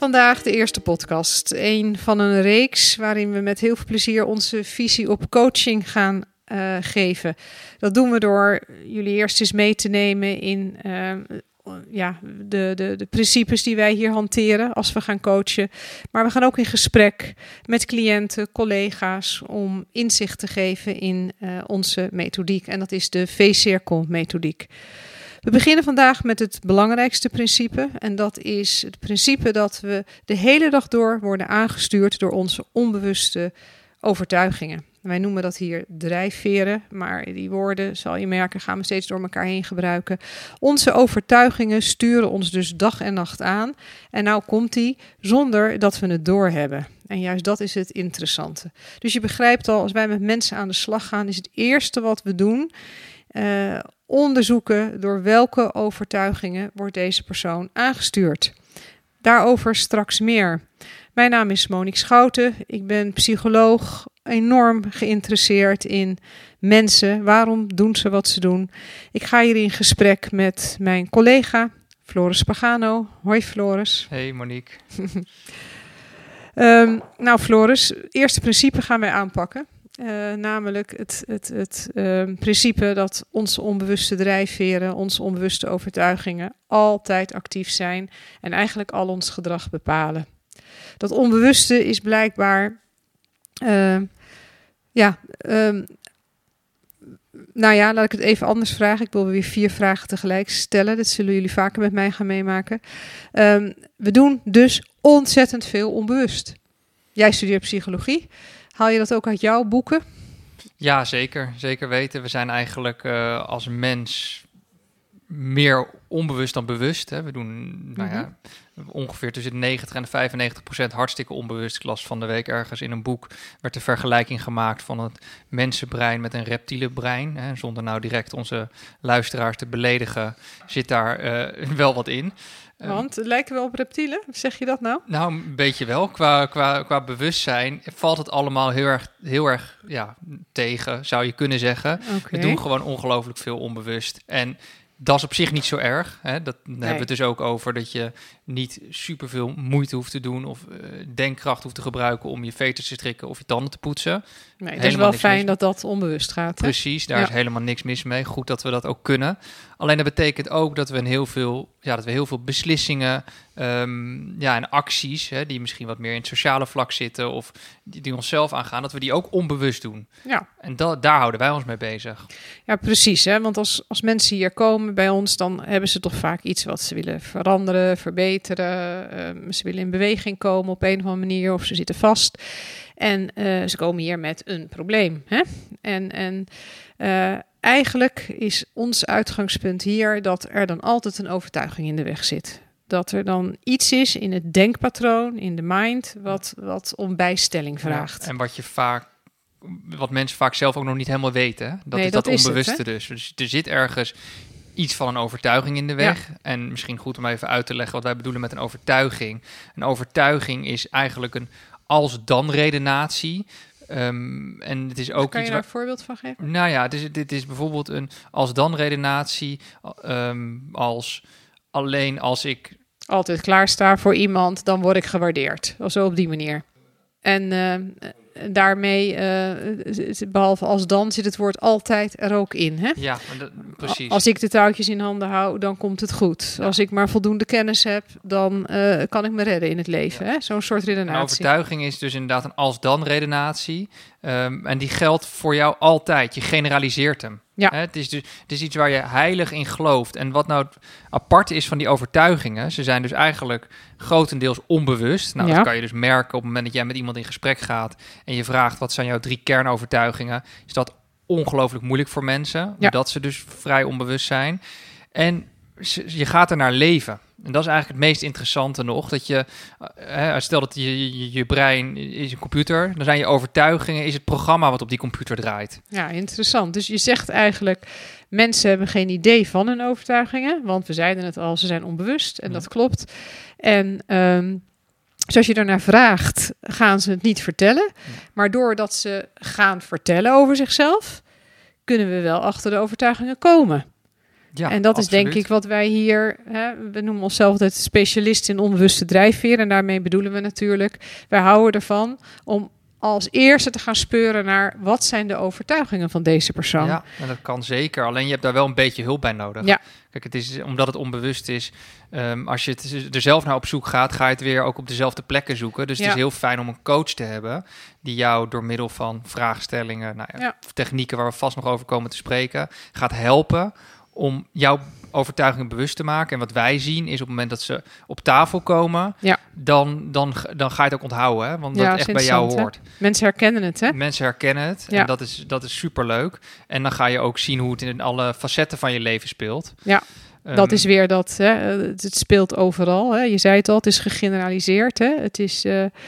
Vandaag de eerste podcast. Een van een reeks waarin we met heel veel plezier onze visie op coaching gaan geven. Dat doen we door jullie eerst eens mee te nemen in de principes die wij hier hanteren als we gaan coachen. Maar we gaan ook in gesprek met cliënten, collega's om inzicht te geven in onze methodiek. En dat is de V-cirkel methodiek. We beginnen vandaag met het belangrijkste principe. En dat is het principe dat we de hele dag door worden aangestuurd door onze onbewuste overtuigingen. Wij noemen dat hier drijfveren, maar die woorden, zal je merken, gaan we steeds door elkaar heen gebruiken. Onze overtuigingen sturen ons dus dag en nacht aan. En nou komt die zonder dat we het doorhebben. En juist dat is het interessante. Dus je begrijpt al, als wij met mensen aan de slag gaan, is het eerste wat we doen onderzoeken door welke overtuigingen wordt deze persoon aangestuurd. Daarover straks meer. Mijn naam is Monique Schouten. Ik ben psycholoog, enorm geïnteresseerd in mensen. Waarom doen ze wat ze doen? Ik ga hier in gesprek met mijn collega Floris Pagano. Hoi Floris. Hey Monique. Nou Floris, het eerste principe gaan wij aanpakken. Namelijk het principe dat onze onbewuste drijfveren, onze onbewuste overtuigingen altijd actief zijn en eigenlijk al ons gedrag bepalen. Dat onbewuste is blijkbaar, laat ik het even anders vragen. Ik wil weer 4 vragen tegelijk stellen. Dat zullen jullie vaker met mij gaan meemaken. We doen dus ontzettend veel onbewust. Jij studeert psychologie. Haal je dat ook uit jouw boeken? Ja, zeker. Zeker weten. We zijn eigenlijk als mens meer onbewust dan bewust. Hè. We doen ongeveer tussen de 90 en de 95% hartstikke onbewust. Ik las van de week ergens in een boek werd de vergelijking gemaakt van het mensenbrein met een reptiele brein. Hè. Zonder nou direct onze luisteraars te beledigen, zit daar wel wat in. Want het lijken wel op reptielen, zeg je dat nou? Nou, een beetje wel. Qua bewustzijn valt het allemaal heel erg tegen, zou je kunnen zeggen. Okay. We doen gewoon ongelooflijk veel onbewust. En dat is op zich niet zo erg. Hè? Daar hebben we het dus ook over dat je niet superveel moeite hoeft te doen of denkkracht hoeft te gebruiken om je veters te strikken of je tanden te poetsen. Nee, het is wel fijn dat dat onbewust gaat. Hè? Precies, daar is helemaal niks mis mee. Goed dat we dat ook kunnen. Alleen dat betekent ook dat we heel veel beslissingen en acties, die misschien wat meer in het sociale vlak zitten of die onszelf aangaan, dat we die ook onbewust doen. Ja. En daar houden wij ons mee bezig. Ja, precies. Hè? Want als mensen hier komen bij ons, dan hebben ze toch vaak iets wat ze willen veranderen, verbeteren. Ze willen in beweging komen op een of andere manier of ze zitten vast. En ze komen hier met een probleem. Hè? En eigenlijk is ons uitgangspunt hier dat er dan altijd een overtuiging in de weg zit. Dat er dan iets is in het denkpatroon, in de mind, wat om bijstelling vraagt. Ja, en wat mensen vaak zelf ook nog niet helemaal weten. Hè? Dat is onbewuste het, dus. Dus er zit ergens iets van een overtuiging in de weg. Ja. En misschien goed om even uit te leggen wat wij bedoelen met een overtuiging. Een overtuiging is eigenlijk een als-dan redenatie. En het is ook kan je daar een voorbeeld van geven? Nou ja, dit is bijvoorbeeld een als-dan redenatie. Alleen als ik altijd klaarsta voor iemand, dan word ik gewaardeerd. Of zo op die manier. En daarmee, behalve als dan, zit het woord altijd er ook in. Hè? Ja, precies. Als ik de touwtjes in handen hou, dan komt het goed. Ja. Als ik maar voldoende kennis heb, dan kan ik me redden in het leven. Ja. Hè? Zo'n soort redenatie. Een overtuiging is dus inderdaad een als-dan redenatie. En die geldt voor jou altijd. Je generaliseert hem. Ja. Het is iets waar je heilig in gelooft. En wat nou het aparte is van die overtuigingen, ze zijn dus eigenlijk grotendeels onbewust. Nou, dat kan je dus merken op het moment dat jij met iemand in gesprek gaat en je vraagt wat zijn jouw 3 kernovertuigingen. Is dat ongelooflijk moeilijk voor mensen, omdat ze dus vrij onbewust zijn. En je gaat er naar leven. En dat is eigenlijk het meest interessante nog. Dat je, stel dat je brein is een computer, dan zijn je overtuigingen, is het programma wat op die computer draait. Ja, interessant. Dus je zegt eigenlijk, mensen hebben geen idee van hun overtuigingen, want we zeiden het al, ze zijn onbewust en dat klopt. En dus als je daarnaar vraagt, gaan ze het niet vertellen. Maar doordat ze gaan vertellen over zichzelf, kunnen we wel achter de overtuigingen komen. Ja, en dat absoluut. is denk ik wat wij hier... we noemen onszelf altijd specialist in onbewuste drijfveer. En daarmee bedoelen we natuurlijk... wij houden ervan om als eerste te gaan speuren naar... wat zijn de overtuigingen van deze persoon? Ja, en dat kan zeker. Alleen je hebt daar wel een beetje hulp bij nodig. Ja. Kijk, het is, omdat het onbewust is... als je er zelf naar op zoek gaat... ga je het weer ook op dezelfde plekken zoeken. Dus het is heel fijn om een coach te hebben... die jou door middel van vraagstellingen... technieken waar we vast nog over komen te spreken... gaat helpen om jouw overtuigingen bewust te maken. En wat wij zien is op het moment dat ze op tafel komen... Dan ga je het ook onthouden. Hè? Want dat echt bij jou hoort. Hè? Mensen herkennen het, hè? Mensen herkennen het. Ja. En dat is superleuk. En dan ga je ook zien hoe het in alle facetten van je leven speelt. Ja. Dat is weer dat, hè, het speelt overal. Hè. Je zei het al, het is gegeneraliseerd. Hè. Het is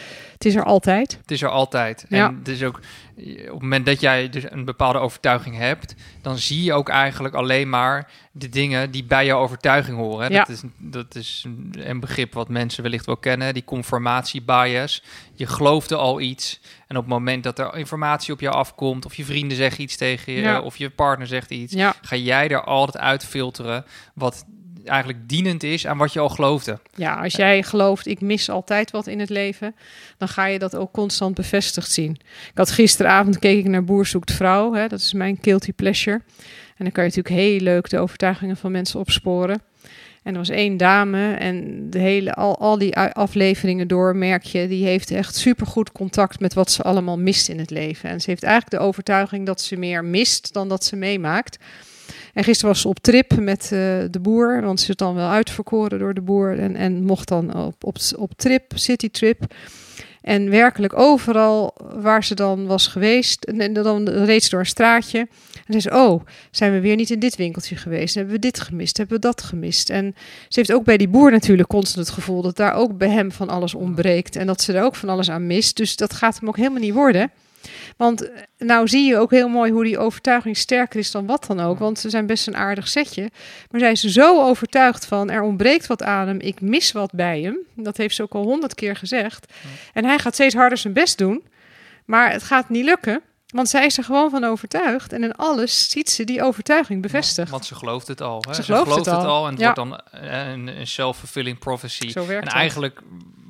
er altijd. Het is er altijd. Ja. En het is ook, op het moment dat jij dus een bepaalde overtuiging hebt, dan zie je ook eigenlijk alleen maar de dingen die bij jouw overtuiging horen. Hè. Ja. Dat is een begrip wat mensen wellicht wel kennen, die confirmatiebias. Je geloofde al iets en op het moment dat er informatie op jou afkomt, of je vrienden zeggen iets tegen je, of je partner zegt iets, ga jij er altijd uitfilteren wat eigenlijk dienend is aan wat je al geloofde. Ja, als jij gelooft, ik mis altijd wat in het leven, dan ga je dat ook constant bevestigd zien. Ik had gisteravond keek ik naar Boer zoekt vrouw, hè, dat is mijn guilty pleasure. En dan kan je natuurlijk heel leuk de overtuigingen van mensen opsporen. En er was 1 dame en al die afleveringen door merk je, die heeft echt supergoed contact met wat ze allemaal mist in het leven. En ze heeft eigenlijk de overtuiging dat ze meer mist dan dat ze meemaakt. En gisteren was ze op trip met de boer, want ze is dan wel uitverkoren door de boer en mocht dan op trip, citytrip. En werkelijk overal waar ze dan was geweest, en dan reed ze door een straatje. En zei ze, zijn we weer niet in dit winkeltje geweest? Hebben we dit gemist? Hebben we dat gemist? En ze heeft ook bij die boer natuurlijk constant het gevoel dat daar ook bij hem van alles ontbreekt. En dat ze er ook van alles aan mist. Dus dat gaat hem ook helemaal niet worden. Want nou zie je ook heel mooi hoe die overtuiging sterker is dan wat dan ook. Want ze zijn best een aardig setje. Maar zij is zo overtuigd van, er ontbreekt wat aan hem. Ik mis wat bij hem. Dat heeft ze ook al 100 keer gezegd. En hij gaat steeds harder zijn best doen. Maar het gaat niet lukken. Want zij is er gewoon van overtuigd. En in alles ziet ze die overtuiging bevestigd. Want ze gelooft het al. Hè? Ze gelooft het al. En het wordt dan een self-fulfilling prophecy. Zo werkt en eigenlijk,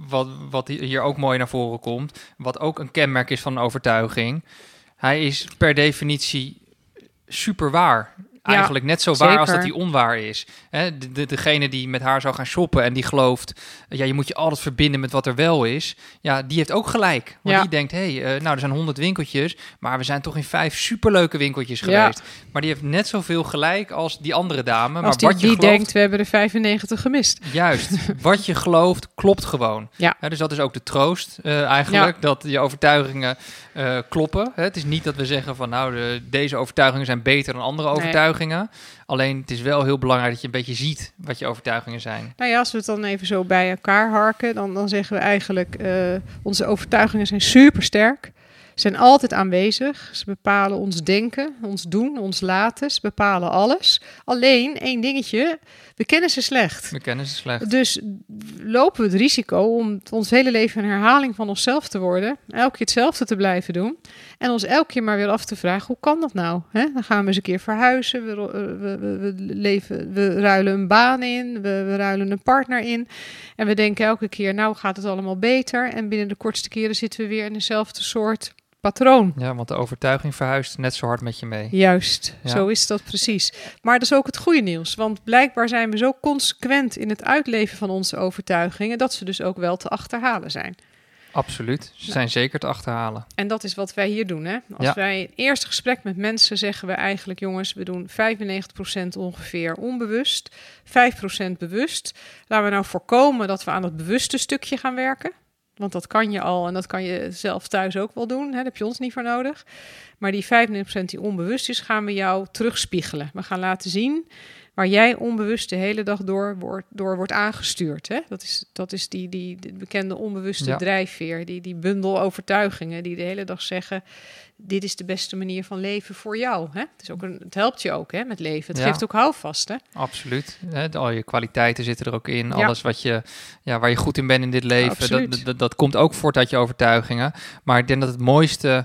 wat hier ook mooi naar voren komt... wat ook een kenmerk is van een overtuiging... hij is per definitie super waar. Eigenlijk net zo waar als dat hij onwaar is. Degene die met haar zou gaan shoppen en die gelooft... je moet je altijd verbinden met wat er wel is. Ja, die heeft ook gelijk. Want die denkt, er zijn 100 winkeltjes... maar we zijn toch in 5 superleuke winkeltjes geweest. Maar die heeft net zoveel gelijk als die andere dame. Als maar die denkt, we hebben er 95 gemist. Juist. Wat je gelooft, klopt gewoon. Ja. Dus dat is ook de troost eigenlijk. Dat je overtuigingen kloppen. Het is niet dat we zeggen van... deze overtuigingen zijn beter dan andere overtuigingen. Alleen het is wel heel belangrijk dat je een beetje ziet wat je overtuigingen zijn. Nou ja, als we het dan even zo bij elkaar harken, dan zeggen we eigenlijk, onze overtuigingen zijn supersterk. Ze zijn altijd aanwezig. Ze bepalen ons denken, ons doen, ons laten. Ze bepalen alles. Alleen, 1 dingetje, we kennen ze slecht. Dus lopen we het risico om ons hele leven een herhaling van onszelf te worden. Elke keer hetzelfde te blijven doen. En ons elke keer maar weer af te vragen, hoe kan dat nou? Dan gaan we eens een keer verhuizen. We ruilen een baan in. We ruilen een partner in. En we denken elke keer, nou gaat het allemaal beter. En binnen de kortste keren zitten we weer in dezelfde soort patroon. Ja, want de overtuiging verhuist net zo hard met je mee. Juist, zo is dat precies. Maar dat is ook het goede nieuws. Want blijkbaar zijn we zo consequent in het uitleven van onze overtuigingen... dat ze dus ook wel te achterhalen zijn. Absoluut, ze zijn zeker te achterhalen. En dat is wat wij hier doen. Hè? Als wij het eerste gesprek met mensen zeggen we eigenlijk... jongens, we doen 95% ongeveer onbewust, 5% bewust. Laten we nou voorkomen dat we aan het bewuste stukje gaan werken... Want dat kan je al en dat kan je zelf thuis ook wel doen. Hè? Daar heb je ons niet voor nodig. Maar die 95% die onbewust is, gaan we jou terugspiegelen. We gaan laten zien waar jij onbewust de hele dag door wordt aangestuurd. Hè? Dat is die bekende onbewuste drijfveer. Die bundel overtuigingen die de hele dag zeggen... dit is de beste manier van leven voor jou. Hè? Het helpt je ook met leven. Het geeft ook houvast. Hè? Absoluut. Al je kwaliteiten zitten er ook in. Alles waar je goed in bent in dit leven. Dat komt ook voort uit je overtuigingen. Maar ik denk dat het mooiste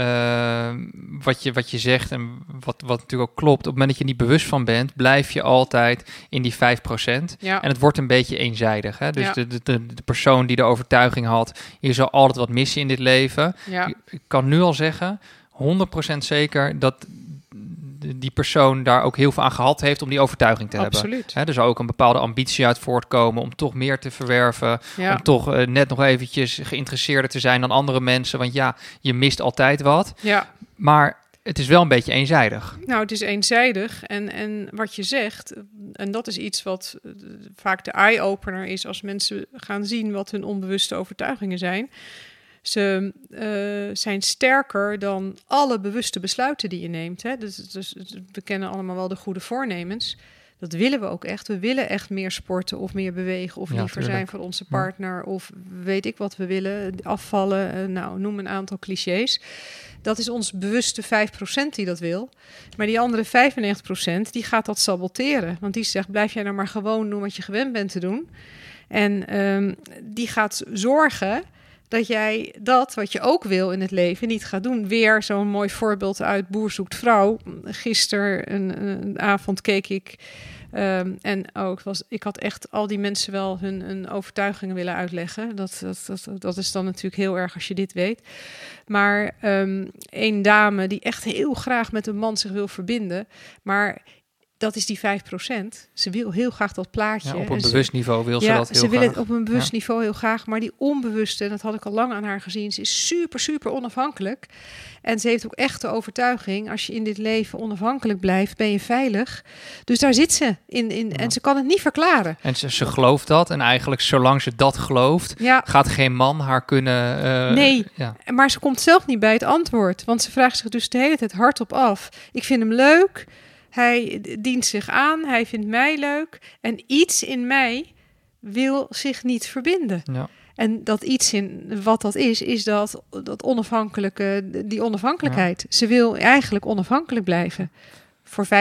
wat je zegt en wat natuurlijk ook klopt, op het moment dat je niet bewust van bent, blijf je altijd in die 5%. Ja. En het wordt een beetje eenzijdig. Hè? Dus de persoon die de overtuiging had, je zal altijd wat missen in dit leven. Ja. Ik kan nu al zeggen, 100% zeker dat die persoon daar ook heel veel aan gehad heeft om die overtuiging te hebben. Er zou ook een bepaalde ambitie uit voortkomen om toch meer te verwerven, om toch net nog eventjes geïnteresseerder te zijn dan andere mensen, want je mist altijd wat. Ja. Maar het is wel een beetje eenzijdig. Nou, het is eenzijdig en wat je zegt, en dat is iets wat vaak de eye-opener is als mensen gaan zien wat hun onbewuste overtuigingen zijn. Ze zijn sterker dan alle bewuste besluiten die je neemt. Hè? Dus we kennen allemaal wel de goede voornemens. Dat willen we ook echt. We willen echt meer sporten of meer bewegen of liever zijn voor onze partner. Of weet ik wat we willen, afvallen. Noem een aantal clichés. Dat is ons bewuste 5% die dat wil. Maar die andere 95% die gaat dat saboteren. Want die zegt, blijf jij nou maar gewoon doen wat je gewend bent te doen. En die gaat zorgen dat jij dat wat je ook wil in het leven niet gaat doen. Weer zo'n mooi voorbeeld uit Boer zoekt vrouw. Gisteren een avond keek ik ik had echt al die mensen wel hun overtuigingen willen uitleggen. Dat is dan natuurlijk heel erg als je dit weet. Maar een dame die echt heel graag met een man zich wil verbinden, maar dat is die 5%. Ze wil heel graag dat plaatje. Ja, op een bewust niveau wil ze dat heel graag. Ze wil het op een bewust niveau heel graag. Maar die onbewuste, en dat had ik al lang aan haar gezien, ze is super, super onafhankelijk. En ze heeft ook echt de overtuiging, als je in dit leven onafhankelijk blijft, ben je veilig. Dus daar zit ze in en ze kan het niet verklaren. En ze gelooft dat. En eigenlijk, zolang ze dat gelooft, gaat geen man haar kunnen... Nee, maar ze komt zelf niet bij het antwoord. Want ze vraagt zich dus de hele tijd hardop af. Ik vind hem leuk. Hij dient zich aan, hij vindt mij leuk. En iets in mij wil zich niet verbinden. Ja. En dat iets in wat dat is dat onafhankelijke, die onafhankelijkheid. Ja. Ze wil eigenlijk onafhankelijk blijven. Voor 95%.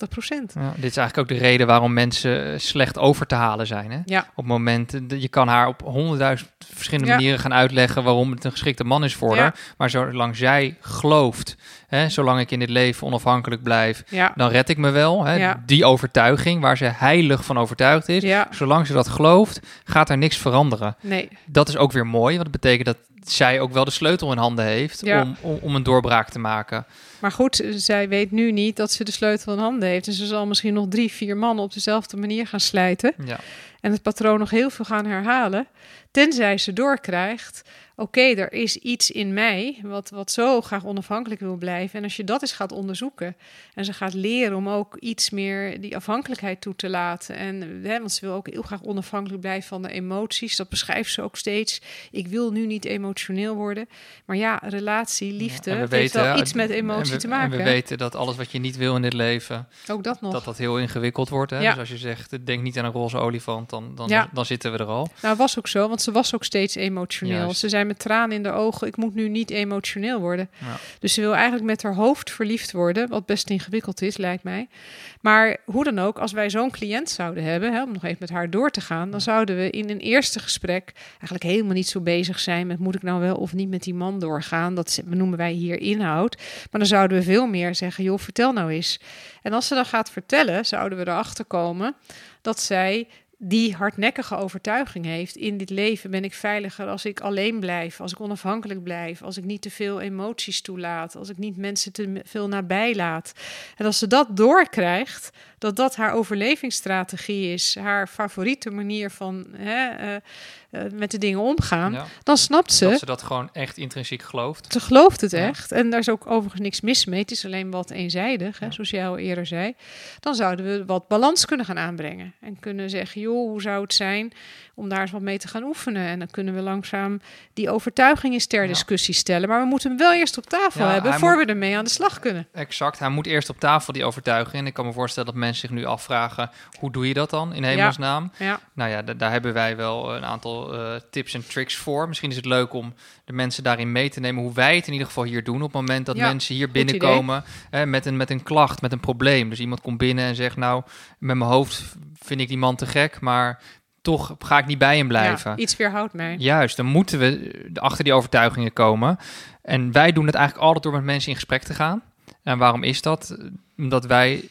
Ja, dit is eigenlijk ook de reden waarom mensen slecht over te halen zijn. Hè? Ja. Op het moment, je kan haar op 100.000 verschillende manieren gaan uitleggen waarom het een geschikte man is voor haar. Maar zolang zij gelooft, zolang ik in dit leven onafhankelijk blijf, dan red ik me wel. Hè? Ja. Die overtuiging waar ze heilig van overtuigd is. Ja. Zolang ze dat gelooft, gaat er niks veranderen. Nee. Dat is ook weer mooi, want dat betekent dat zij ook wel de sleutel in handen heeft om een doorbraak te maken. Maar goed, zij weet nu niet dat ze de sleutel in handen heeft. En ze zal misschien nog 3-4 mannen op dezelfde manier gaan slijten. Ja. En het patroon nog heel veel gaan herhalen. Tenzij ze doorkrijgt, oké, er is iets in mij wat zo graag onafhankelijk wil blijven. En als je dat eens gaat onderzoeken en ze gaat leren om ook iets meer die afhankelijkheid toe te laten. En want ze wil ook heel graag onafhankelijk blijven van de emoties. Dat beschrijft ze ook steeds. Ik wil nu niet emotioneel worden. Maar relatie, liefde, heeft wel iets met emotie te maken. En we weten dat alles wat je niet wil in dit leven, ook dat nog, dat heel ingewikkeld wordt. Hè? Ja. Dus als je zegt, denk niet aan een roze olifant, dan zitten we er al. Nou, was ook zo, want ze was ook steeds emotioneel. Juist. Ze zei met tranen in de ogen, ik moet nu niet emotioneel worden. Ja. Dus ze wil eigenlijk met haar hoofd verliefd worden, wat best ingewikkeld is, lijkt mij. Maar hoe dan ook, als wij zo'n cliënt zouden hebben, om nog even met haar door te gaan, dan zouden we in een eerste gesprek eigenlijk helemaal niet zo bezig zijn met moet ik nou wel of niet met die man doorgaan. Dat noemen wij hier inhoud. Maar dan zouden we veel meer zeggen, joh, vertel nou eens. En als ze dan gaat vertellen, zouden we erachter komen dat zij die hardnekkige overtuiging heeft. In dit leven ben ik veiliger als ik alleen blijf, als ik onafhankelijk blijf, als ik niet te veel emoties toelaat, als ik niet mensen te veel nabij laat. En als ze dat doorkrijgt, dat haar overlevingsstrategie is, haar favoriete manier van met de dingen omgaan, dan snapt ze dat ze dat gewoon echt intrinsiek gelooft. Ze gelooft het echt. En daar is ook overigens niks mis mee. Het is alleen wat eenzijdig, zoals jij al eerder zei. Dan zouden we wat balans kunnen gaan aanbrengen. En kunnen zeggen, joh, hoe zou het zijn om daar eens wat mee te gaan oefenen? En dan kunnen we langzaam die overtuiging eens ter discussie stellen. Maar we moeten hem wel eerst op tafel hebben, voor we ermee aan de slag kunnen. Exact. Hij moet eerst op tafel, die overtuiging. En ik kan me voorstellen dat mensen zich nu afvragen, hoe doe je dat dan in hemelsnaam? Ja. Nou ja, daar hebben wij wel een aantal aantal tips en tricks voor. Misschien is het leuk om de mensen daarin mee te nemen hoe wij het in ieder geval hier doen. Op het moment dat mensen hier binnenkomen met een klacht, met een probleem. Dus iemand komt binnen en zegt, nou, met mijn hoofd vind ik die man te gek, maar toch ga ik niet bij hem blijven. Ja, iets weerhoudt mij. Juist, dan moeten we achter die overtuigingen komen. En wij doen het eigenlijk altijd door met mensen in gesprek te gaan. En waarom is dat? Omdat wij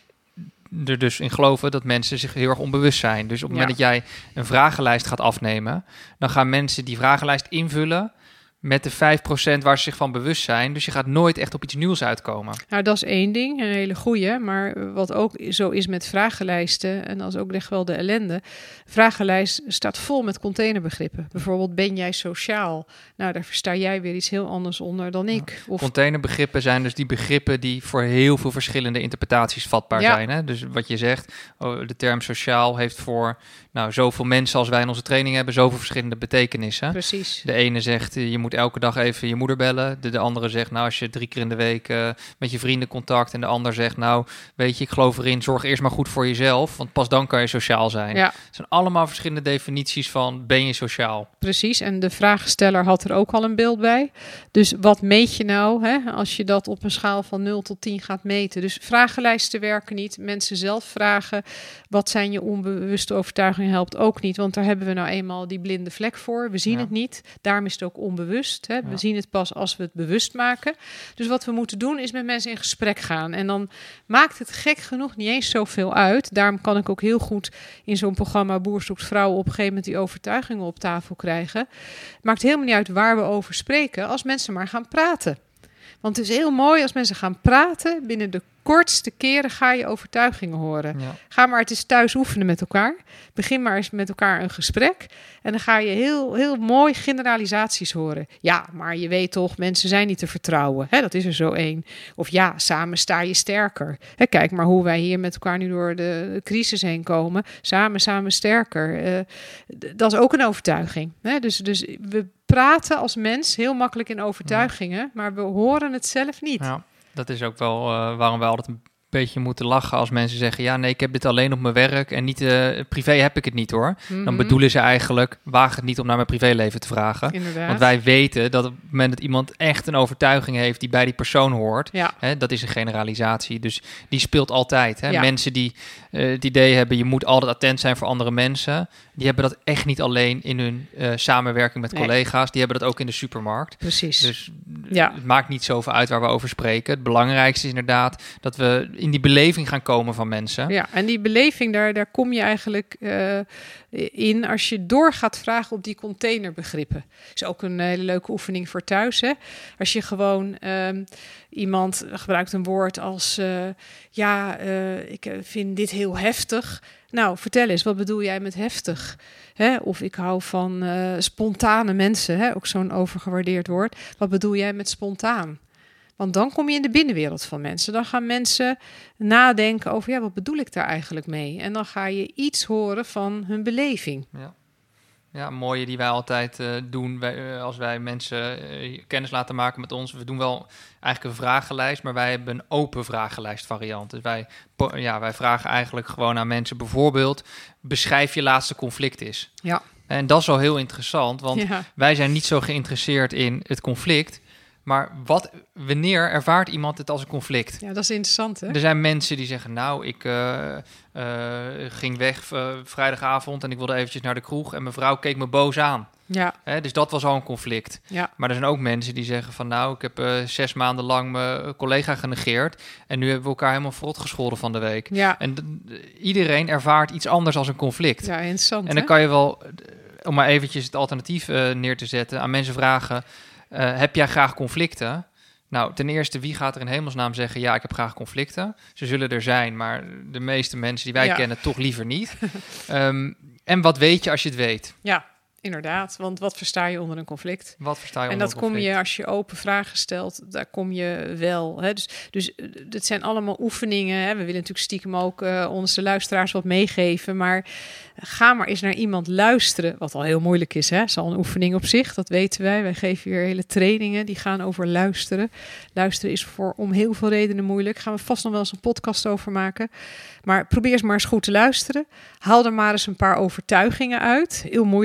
er dus in geloven dat mensen zich heel erg onbewust zijn. Dus op het moment dat jij een vragenlijst gaat afnemen, dan gaan mensen die vragenlijst invullen met de 5% waar ze zich van bewust zijn. Dus je gaat nooit echt op iets nieuws uitkomen. Nou, dat is één ding, een hele goeie. Maar wat ook zo is met vragenlijsten, en dat is ook echt wel de ellende. Vragenlijst staat vol met containerbegrippen. Bijvoorbeeld, ben jij sociaal? Nou, daar versta jij weer iets heel anders onder dan ik. Of containerbegrippen zijn dus die begrippen die voor heel veel verschillende interpretaties vatbaar zijn. Hè? Dus wat je zegt, de term sociaal heeft voor zoveel mensen als wij in onze training hebben, zoveel verschillende betekenissen. Precies. De ene zegt, je moet elke dag even je moeder bellen. De andere zegt, nou, als je 3 keer in de week met je vrienden contact. En de ander zegt, nou, weet je, ik geloof erin, zorg eerst maar goed voor jezelf, want pas dan kan je sociaal zijn. Ja. Het zijn allemaal verschillende definities van, ben je sociaal? Precies, en de vraagsteller had er ook al een beeld bij. Dus wat meet je nou, hè, als je dat op een schaal van 0 tot 10 gaat meten? Dus vragenlijsten werken niet. Mensen zelf vragen, wat zijn je onbewuste overtuigingen, helpt ook niet. Want daar hebben we nou eenmaal die blinde vlek voor. We zien het niet. Daarom is het ook onbewust. Hè. We zien het pas als we het bewust maken. Dus wat we moeten doen is met mensen in gesprek gaan. En dan maakt het gek genoeg niet eens zoveel uit. Daarom kan ik ook heel goed in zo'n programma Boer zoekt vrouw op een gegeven moment die overtuigingen op tafel krijgen. Maakt helemaal niet uit waar we over spreken, als mensen maar gaan praten. Want het is heel mooi als mensen gaan praten. Binnen de kortste keren ga je overtuigingen horen. Ja. Ga maar het eens thuis oefenen met elkaar. Begin maar eens met elkaar een gesprek. En dan ga je heel mooi generalisaties horen. Ja, maar je weet toch, mensen zijn niet te vertrouwen. Hè, dat is er zo één. Of ja, samen sta je sterker. Hè, kijk maar hoe wij hier met elkaar nu door de crisis heen komen. Samen sterker. Dat is ook een overtuiging. Hè? Dus we praten als mens heel makkelijk in overtuigingen, maar we horen het zelf niet. Ja. Dat is ook wel waarom we altijd een beetje moeten lachen als mensen zeggen, ja, nee, ik heb dit alleen op mijn werk en niet privé heb ik het niet, hoor. Mm-hmm. Dan bedoelen ze eigenlijk, waag het niet om naar mijn privéleven te vragen. Inderdaad. Want wij weten dat op het moment dat iemand echt een overtuiging heeft die bij die persoon hoort, hè, dat is een generalisatie. Dus die speelt altijd. Hè. Ja. Mensen die het idee hebben, je moet altijd attent zijn voor andere mensen, die hebben dat echt niet alleen in hun samenwerking met collega's. Die hebben dat ook in de supermarkt. Precies. Dus het maakt niet zoveel uit waar we over spreken. Het belangrijkste is inderdaad dat we in die beleving gaan komen van mensen. Ja, en die beleving, daar kom je eigenlijk in als je door gaat vragen op die containerbegrippen. Is ook een hele leuke oefening voor thuis. Hè? Als je gewoon iemand gebruikt een woord als ik vind dit heel heftig. Nou, vertel eens, wat bedoel jij met heftig? Hè? Of ik hou van spontane mensen, hè? Ook zo'n overgewaardeerd woord. Wat bedoel jij met spontaan? Want dan kom je in de binnenwereld van mensen. Dan gaan mensen nadenken over, wat bedoel ik daar eigenlijk mee? En dan ga je iets horen van hun beleving. Ja, mooie die wij altijd doen als wij mensen kennis laten maken met ons. We doen wel eigenlijk een vragenlijst, maar wij hebben een open vragenlijst variant. Dus wij vragen eigenlijk gewoon aan mensen bijvoorbeeld, beschrijf je laatste conflict eens. Ja. En dat is wel heel interessant, want wij zijn niet zo geïnteresseerd in het conflict. Maar wanneer ervaart iemand het als een conflict? Ja, dat is interessant, hè? Er zijn mensen die zeggen, nou, ik ging weg vrijdagavond en ik wilde eventjes naar de kroeg en mijn vrouw keek me boos aan. Ja. Dus dat was al een conflict. Ja. Maar er zijn ook mensen die zeggen van, nou, ik heb 6 maanden lang mijn collega genegeerd en nu hebben we elkaar helemaal verrot gescholden van de week. Ja. En iedereen ervaart iets anders als een conflict. Ja, interessant. En dan kan je wel, om maar eventjes het alternatief neer te zetten, aan mensen vragen, heb jij graag conflicten? Nou, ten eerste, wie gaat er in hemelsnaam zeggen, ja, ik heb graag conflicten? Ze zullen er zijn, maar de meeste mensen die wij kennen toch liever niet. En wat weet je als je het weet? Ja, inderdaad. Want wat versta je onder een conflict? Wat versta je onder een conflict? En dat kom je, als je open vragen stelt, daar kom je wel. Hè? Dus dit zijn allemaal oefeningen. Hè? We willen natuurlijk stiekem ook onze luisteraars wat meegeven, maar ga maar eens naar iemand luisteren, wat al heel moeilijk is. Hè? Het is al een oefening op zich, dat weten wij. Wij geven hier hele trainingen, die gaan over luisteren. Luisteren is om heel veel redenen moeilijk. Gaan we vast nog wel eens een podcast over maken. Maar probeer eens maar eens goed te luisteren. Haal er maar eens een paar overtuigingen uit. Heel moeilijk, hè? Dat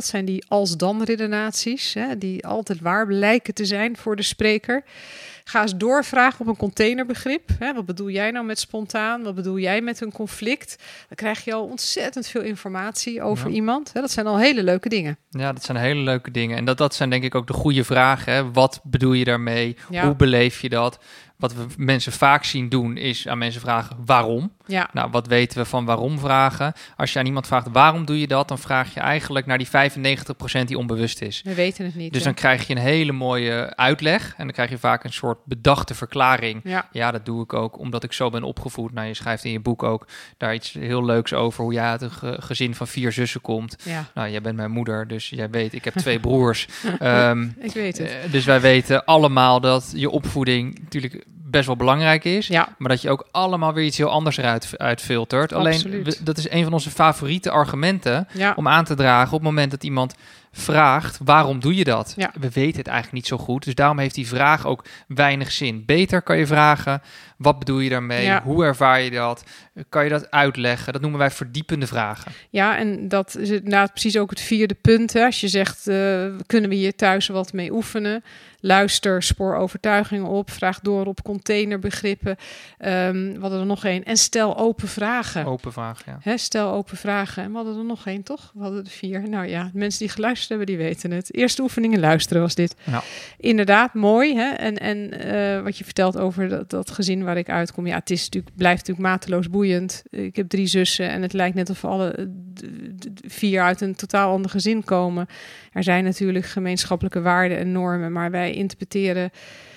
zijn die als-dan redenaties, hè, die altijd waar lijken te zijn voor de spreker. Ga eens doorvragen op een containerbegrip. Hè, wat bedoel jij nou met spontaan? Wat bedoel jij met een conflict? Dan krijg je al ontzettend veel informatie over iemand. Hè, dat zijn al hele leuke dingen. Ja, dat zijn hele leuke dingen. En dat zijn denk ik ook de goede vragen. Hè? Wat bedoel je daarmee? Ja. Hoe beleef je dat? Wat we mensen vaak zien doen, is aan mensen vragen waarom. Ja. Nou, wat weten we van waarom vragen? Als je aan iemand vraagt waarom doe je dat, dan vraag je eigenlijk naar die 95% die onbewust is. We weten het niet. Dus dan krijg je een hele mooie uitleg en dan krijg je vaak een soort bedachte verklaring. Ja, dat doe ik ook omdat ik zo ben opgevoed. Nou, je schrijft in je boek ook daar iets heel leuks over, hoe jij uit een gezin van 4 zussen komt. Ja. Nou, jij bent mijn moeder, dus jij weet, ik heb 2 broers. Ik weet het. Dus wij weten allemaal dat je opvoeding natuurlijk best wel belangrijk is, maar dat je ook allemaal weer iets heel anders eruit uitfiltert. Alleen, dat is een van onze favoriete argumenten om aan te dragen op het moment dat iemand vraagt, waarom doe je dat? Ja. We weten het eigenlijk niet zo goed, dus daarom heeft die vraag ook weinig zin. Beter kan je vragen, wat bedoel je daarmee? Ja. Hoe ervaar je dat? Kan je dat uitleggen? Dat noemen wij verdiepende vragen. Ja, en dat is inderdaad precies ook het 4e punt. Hè. Als je zegt, kunnen we hier thuis wat mee oefenen? Luister, spoor overtuigingen op, vraag door op containerbegrippen. We hadden er nog één. En stel open vragen. Open vragen, ja. Hè, stel open vragen. En we hadden er nog één, toch? We hadden er 4. Nou ja, de mensen die geluisterd hebben, die weten het. Eerste oefeningen luisteren was dit. Ja. Inderdaad, mooi. Hè? En wat je vertelt over dat gezin waar ik uitkom. Ja, het is blijft natuurlijk mateloos boeiend. Ik heb 3 zussen en het lijkt net of alle 4 uit een totaal ander gezin komen. Er zijn natuurlijk gemeenschappelijke waarden en normen, maar wij interpreteren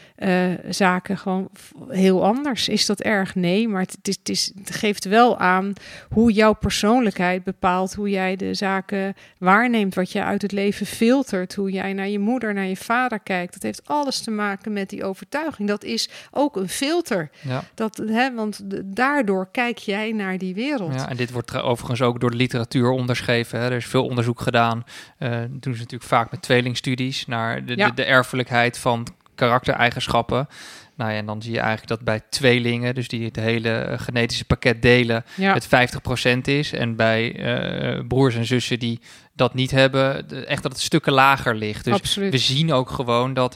zaken gewoon heel anders. Is dat erg? Nee, maar het geeft wel aan hoe jouw persoonlijkheid bepaalt hoe jij de zaken waarneemt, wat je uit het leven filtert, hoe jij naar je moeder, naar je vader kijkt. Dat heeft alles te maken met die overtuiging. Dat is ook een filter. Ja. Want daardoor kijk jij naar die wereld. Ja, en dit wordt overigens ook door de literatuur onderschreven. Hè. Er is veel onderzoek gedaan. Doen ze natuurlijk vaak met tweelingstudies naar de erfelijkheid van karaktereigenschappen. Nou ja, en dan zie je eigenlijk dat bij tweelingen, dus die het hele genetische pakket delen, het 50% is. En bij broers en zussen die dat niet hebben, echt dat het stukken lager ligt. Dus absoluut. We zien ook gewoon dat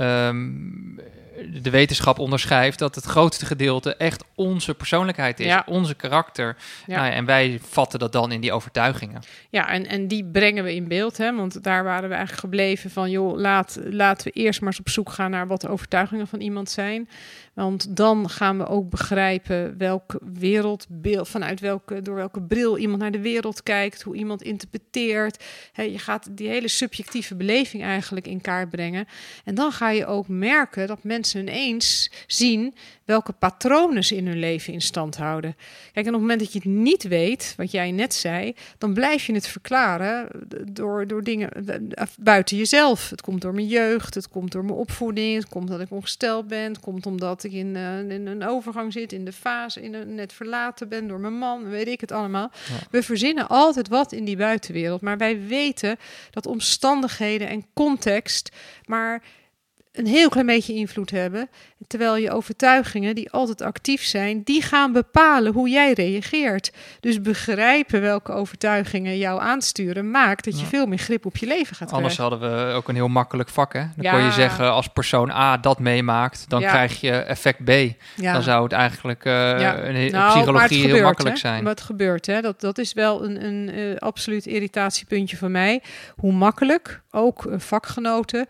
de wetenschap onderschrijft dat het grootste gedeelte echt onze persoonlijkheid is, onze karakter. Ja. Nou ja, en wij vatten dat dan in die overtuigingen. Ja, en die brengen we in beeld, hè? Want daar waren we eigenlijk gebleven van, joh, laten we eerst maar eens op zoek gaan naar wat de overtuigingen van iemand zijn. Want dan gaan we ook begrijpen welk wereldbeeld, door welke bril iemand naar de wereld kijkt, hoe iemand interpreteert. Je gaat die hele subjectieve beleving eigenlijk in kaart brengen. En dan ga je ook merken dat mensen ineens zien welke patronen ze in hun leven in stand houden. Kijk, en op het moment dat je het niet weet, wat jij net zei, dan blijf je het verklaren door dingen buiten jezelf. Het komt door mijn jeugd, het komt door mijn opvoeding, het komt omdat ik ongesteld ben, het komt omdat ik in een overgang zit, in de fase, net verlaten ben door mijn man, weet ik het allemaal. Ja. We verzinnen altijd wat in die buitenwereld, maar wij weten dat omstandigheden en context maar een heel klein beetje invloed hebben, terwijl je overtuigingen die altijd actief zijn, die gaan bepalen hoe jij reageert. Dus begrijpen welke overtuigingen jou aansturen maakt dat je veel meer grip op je leven gaat Anders krijgen. Hadden we ook een heel makkelijk vak, hè? Dan kon je zeggen, als persoon A dat meemaakt, dan krijg je effect B. Ja. Dan zou het eigenlijk psychologie heel makkelijk zijn. Maar het gebeurt, hè? Dat is wel een absoluut irritatiepuntje van mij. Hoe makkelijk, ook vakgenoten,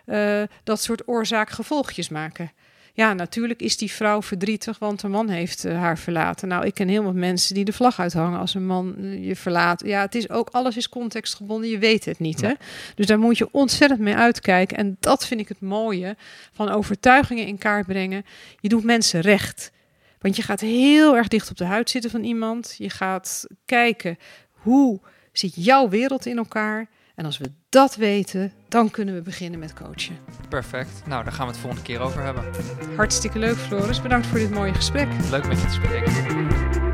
dat soort oorzaak-gevolgjes maken. Ja, natuurlijk is die vrouw verdrietig, want haar man heeft haar verlaten. Nou, ik ken heel wat mensen die de vlag uithangen als een man je verlaat. Ja, het is ook, alles is contextgebonden, je weet het niet, hè? Dus daar moet je ontzettend mee uitkijken. En dat vind ik het mooie van overtuigingen in kaart brengen. Je doet mensen recht. Want je gaat heel erg dicht op de huid zitten van iemand. Je gaat kijken, hoe zit jouw wereld in elkaar? En als we dat weten, dan kunnen we beginnen met coachen. Perfect. Nou, daar gaan we het volgende keer over hebben. Hartstikke leuk, Floris. Bedankt voor dit mooie gesprek. Leuk met je te spreken.